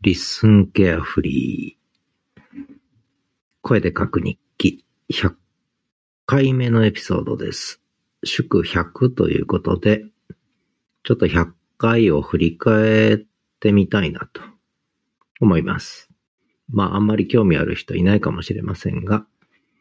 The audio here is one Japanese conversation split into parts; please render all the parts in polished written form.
リッスンケアフリー。声で書く日記。100回目のエピソードです。祝100ということで、ちょっと100回を振り返ってみたいなと思います。あんまり興味ある人いないかもしれませんが、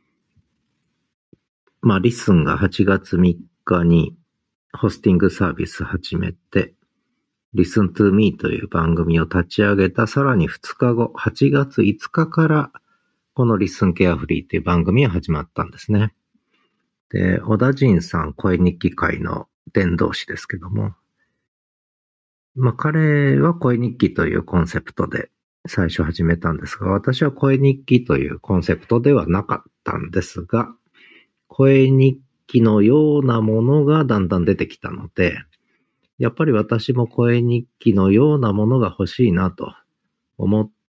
リッスンが8月3日にホスティングサービス始めて、Listen to Me という番組を立ち上げたさらに2日後、8月5日からこの Listen Carefully という番組が始まったんですね。で、小田陣さん声日記会の伝道師ですけども、彼は声日記というコンセプトで最初始めたんですが、私は声日記というコンセプトではなかったんですが、声日記のようなものがだんだん出てきたので、やっぱり私も声日記のようなものが欲しいなと思って、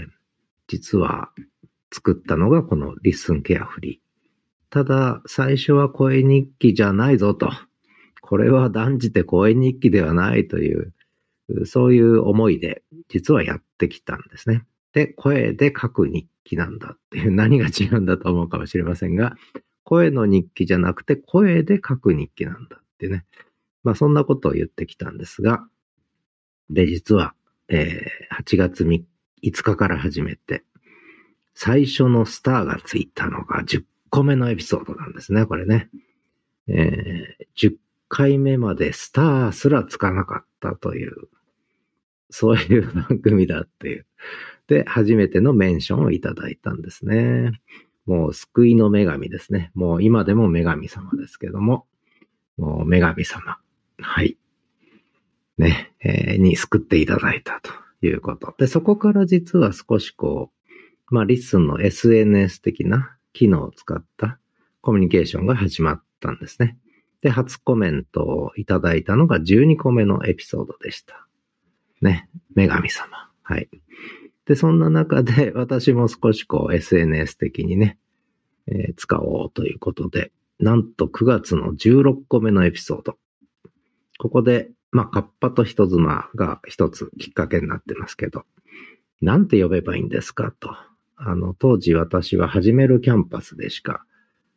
実は作ったのがこのListen Carefully。ただ、最初は声日記じゃないぞと。これは断じて声日記ではないという、そういう思いで実はやってきたんですね。で、声で書く日記なんだっていう何が違うんだと思うかもしれませんが、声の日記じゃなくて声で書く日記なんだっていうね。そんなことを言ってきたんですが、で、実は、8月5日から始めて、最初のスターがついたのが10個目のエピソードなんですね、これね。10回目までスターすらつかなかったという、そういう番組だっていう。で、初めてのメンションをいただいたんですね。もう救いの女神ですね。もう今でも女神様ですけども、もう女神様。はい。ね、に救っていただいたということ。で、そこから実は少しリッスンの SNS 的な機能を使ったコミュニケーションが始まったんですね。で、初コメントをいただいたのが12個目のエピソードでした。ね、女神様。はい。で、そんな中で私も少しSNS 的にね、使おうということで、なんと9月の16個目のエピソード。ここで、カッパと人妻が一つきっかけになってますけど、なんて呼べばいいんですかと。当時私は始めるキャンパスでしか、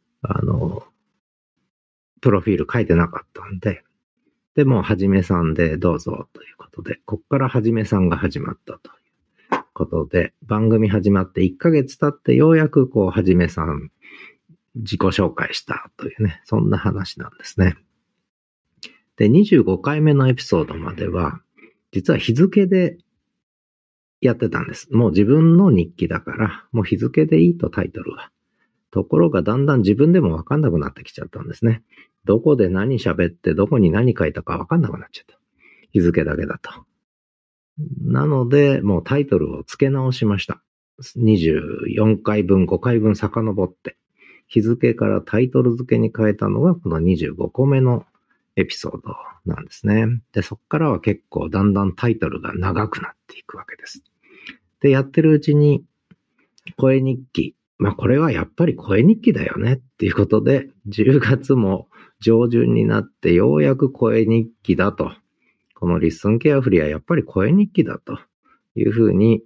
プロフィール書いてなかったんで、で、もうはじめさんでどうぞということで、こっからはじめさんが始まったということで、番組始まって1ヶ月経ってようやくはじめさん自己紹介したというね、そんな話なんですね。で、25回目のエピソードまでは、実は日付でやってたんです。もう自分の日記だから、もう日付でいいとタイトルは。ところがだんだん自分でもわかんなくなってきちゃったんですね。どこで何喋って、どこに何書いたかわかんなくなっちゃった。日付だけだと。なので、もうタイトルを付け直しました。24回分、5回分遡って、日付からタイトル付けに変えたのがこの25個目のエピソードなんですね。で、そこからは結構だんだんタイトルが長くなっていくわけです。で、やってるうちに、声日記。これはやっぱり声日記だよねっていうことで、10月も上旬になってようやく声日記だと。このリッスンケアフリーはやっぱり声日記だというふうに、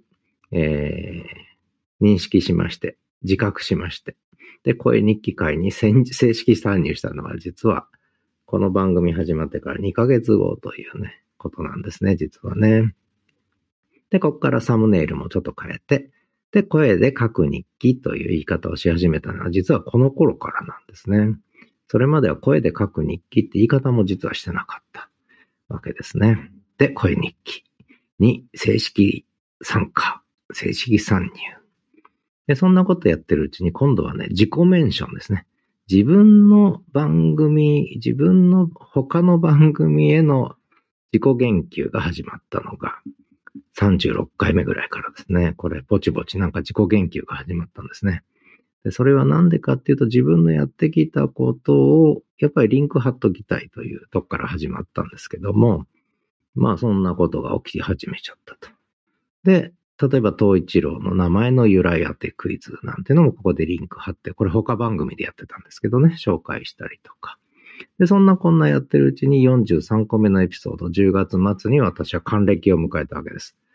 認識しまして、自覚しまして。で、声日記会に正式参入したのは実はこの番組始まってから2ヶ月後というね、ことなんですね、実はね。で、ここからサムネイルもちょっと変えて、で、声で書く日記という言い方をし始めたのは実はこの頃からなんですね。それまでは声で書く日記って言い方も実はしてなかったわけですね。で、声日記に正式参加、正式参入。で、そんなことやってるうちに今度はね、自己メンションですね。自分の番組、自分の他の番組への自己言及が始まったのが36回目ぐらいからですね。これ、ぼちぼちなんか自己言及が始まったんですね。で、それはなんでかっていうと自分のやってきたことをやっぱりリンク貼っときたいというとこから始まったんですけども、そんなことが起き始めちゃったと。で、例えば東一郎の名前の由来当てクイズなんてのもここでリンク貼って、これ他番組でやってたんですけどね、紹介したりとか。で、そんなこんなやってるうちに43個目のエピソード、10月末に私は還暦を迎えたわけです。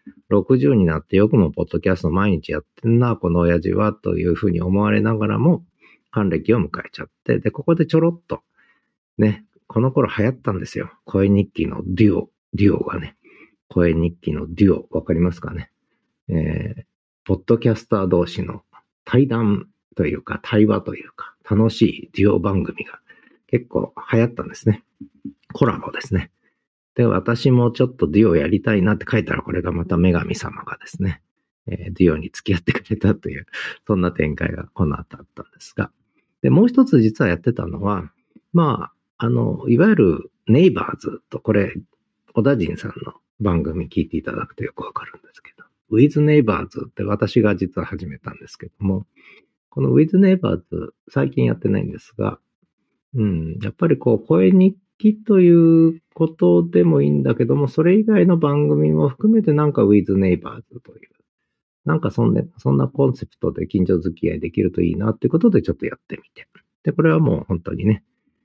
60になってよくもポッドキャスト毎日やってんな、この親父は、というふうに思われながらも、還暦を迎えちゃって、で、ここでちょろっと、ね、この頃流行ったんですよ。声日記のデュオがね。声日記のデュオ、わかりますかね。ポッドキャスター同士の対談というか、対話というか、楽しいデュオ番組が結構流行ったんですね。コラボですね。で、私もちょっとデュオやりたいなって書いたら、これがまた女神様がですね、デュオに付き合ってくれたという、そんな展開がこの後あったんですが。で、もう一つ実はやってたのは、まあ、いわゆるネイバーズと、これ、小田人さんの番組聞いていただくとよくわかるんですけど、With Neighbors って私が実は始めたんですけども、この With Neighbors 最近やってないんですが、やっぱりこう声日記ということでもいいんだけども、それ以外の番組も含めてなんか With Neighbors という、なんかそんなコンセプトで近所付き合いできるといいなっていうことでちょっとやってみて。で、これはもう本当にね、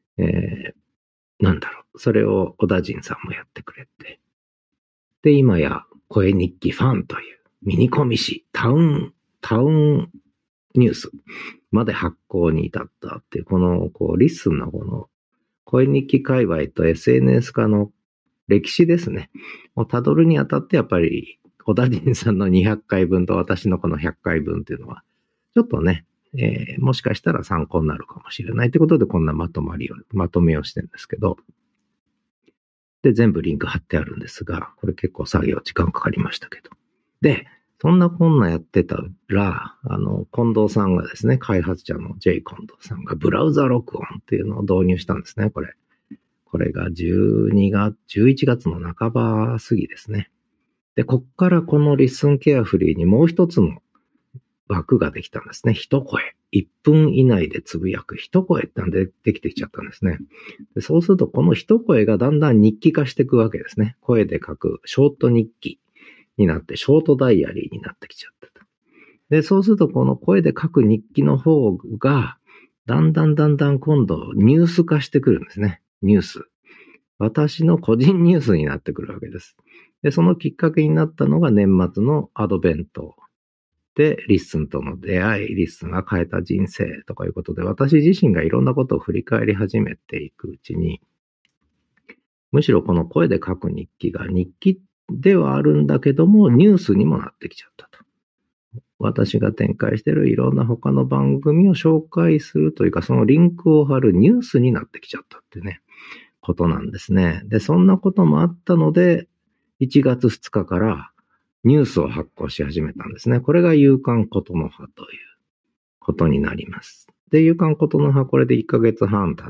それを小田人さんもやってくれて。で、今や声日記ファンというミニコミ誌、タウンニュースまで発行に至ったっていう、この、リッスンのこの声日記界隈と SNS 化の歴史ですね。を辿るにあたってやっぱり小田人さんの200回分と私のこの100回分っていうのは、ちょっとね、もしかしたら参考になるかもしれないということでこんなまとめをしてるんですけど、で、全部リンク貼ってあるんですが、これ結構作業時間かかりましたけど。で、そんなこんなやってたら、近藤さんがですね、開発者の J 近藤さんがブラウザ録音っていうのを導入したんですね、これ。これが11月の半ば過ぎですね。で、こっからこのリッスンケアフリーにもう一つの枠ができたんですね。一声。1分以内でつぶやく一声ってのでできてきちゃったんですね。で、そうするとこの一声がだんだん日記化していくわけですね。声で書くショート日記になって、ショートダイアリーになってきちゃったと。で、そうするとこの声で書く日記の方が、だんだん今度ニュース化してくるんですね。ニュース。私の個人ニュースになってくるわけです。で、そのきっかけになったのが年末のアドベントで、リッスンとの出会い、リッスンが変えた人生とかいうことで、私自身がいろんなことを振り返り始めていくうちに、むしろこの声で書く日記が日記ではあるんだけども、ニュースにもなってきちゃったと。私が展開しているいろんな他の番組を紹介するというか、そのリンクを貼るニュースになってきちゃったってね、ことなんですね。で、そんなこともあったので、1月2日からニュースを発行し始めたんですね。これが夕刊ことの葉ということになります。で、夕刊ことの葉、これで1ヶ月半経って、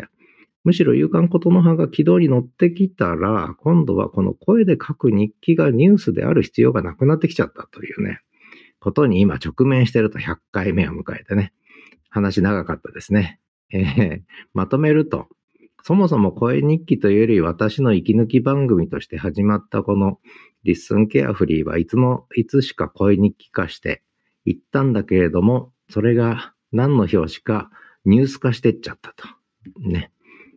むしろ夕刊ことの葉が軌道に乗ってきたら、今度はこの声で書く日記がニュースである必要がなくなってきちゃったというね、ことに今直面していると100回目を迎えてね、話長かったですね。まとめると、そもそも声日記というより私の息抜き番組として始まったこのリッスンケアフリーはいつしか声日記化していったんだけれども、それが何の表紙かニュース化していっちゃったと。ね。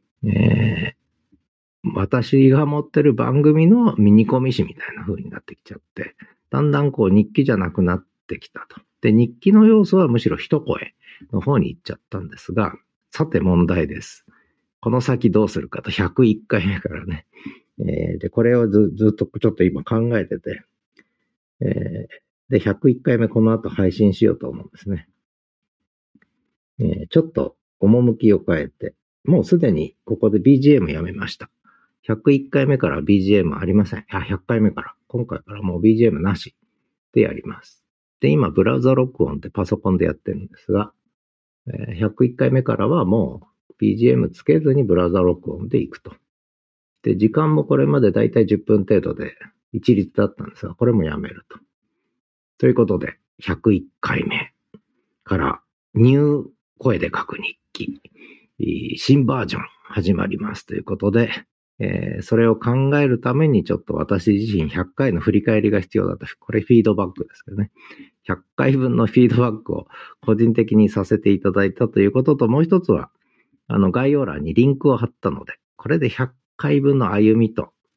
私が持ってる番組のミニコミ誌みたいな風になってきちゃって、だんだん日記じゃなくなってきたと。で、日記の要素はむしろ一声の方に行っちゃったんですが、さて問題です。この先どうするかと101回目からね。で、これをずっとちょっと今考えてて、で、101回目この後配信しようと思うんですね。ちょっと趣を変えて、もうすでにここで BGM やめました。101回目から BGM ありません。100回目から。今回からもう BGM なしでやります。で、今ブラウザ録音ってパソコンでやってるんですが、101回目からはもうBGM つけずにブラウザ録音でいくと。で、時間もこれまでだいたい10分程度で一律だったんですが、これもやめると。ということで、101回目からニュー声で書く日記、新バージョン始まりますということで、それを考えるためにちょっと私自身100回の振り返りが必要だと。これフィードバックですけどね。100回分のフィードバックを個人的にさせていただいたということと、もう一つは、概要欄にリンクを貼ったので、これで100回分の歩みと、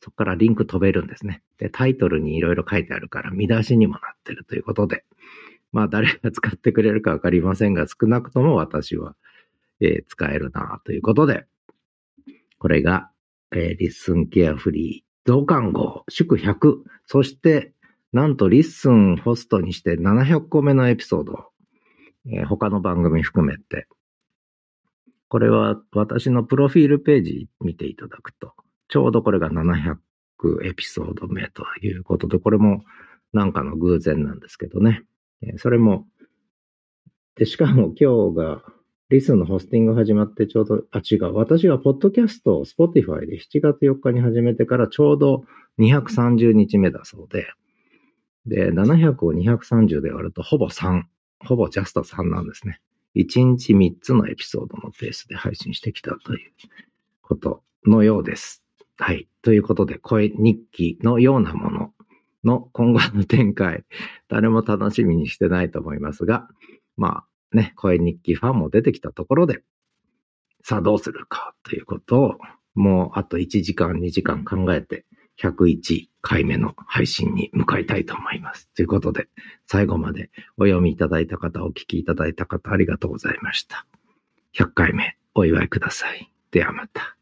そこからリンク飛べるんですね。で、タイトルにいろいろ書いてあるから見出しにもなってるということで、まあ誰が使ってくれるかわかりませんが、少なくとも私は、使えるなということで、これが、リッスンケアフリー増刊号祝100、そしてなんとリッスンホストにして700個目のエピソードを、他の番組含めて、これは私のプロフィールページ見ていただくと、ちょうどこれが700エピソード目ということで、これもなんかの偶然なんですけどね。それも、で、しかも今日がリスンのホスティング始まってちょうど、違う。私がポッドキャストを Spotify で7月4日に始めてからちょうど230日目だそうで、で、700を230で割るとほぼ3、ほぼジャスト3なんですね。1日3つのエピソードのペースで配信してきたということのようです。はい。ということで、声日記のようなものの今後の展開、誰も楽しみにしてないと思いますが、まあね、声日記ファンも出てきたところで、さあどうするかということを、もうあと1時間、2時間考えて、101回目の配信に向かいたいと思います。ということで、最後までお読みいただいた方、お聞きいただいた方、ありがとうございました。100回目お祝いください。ではまた。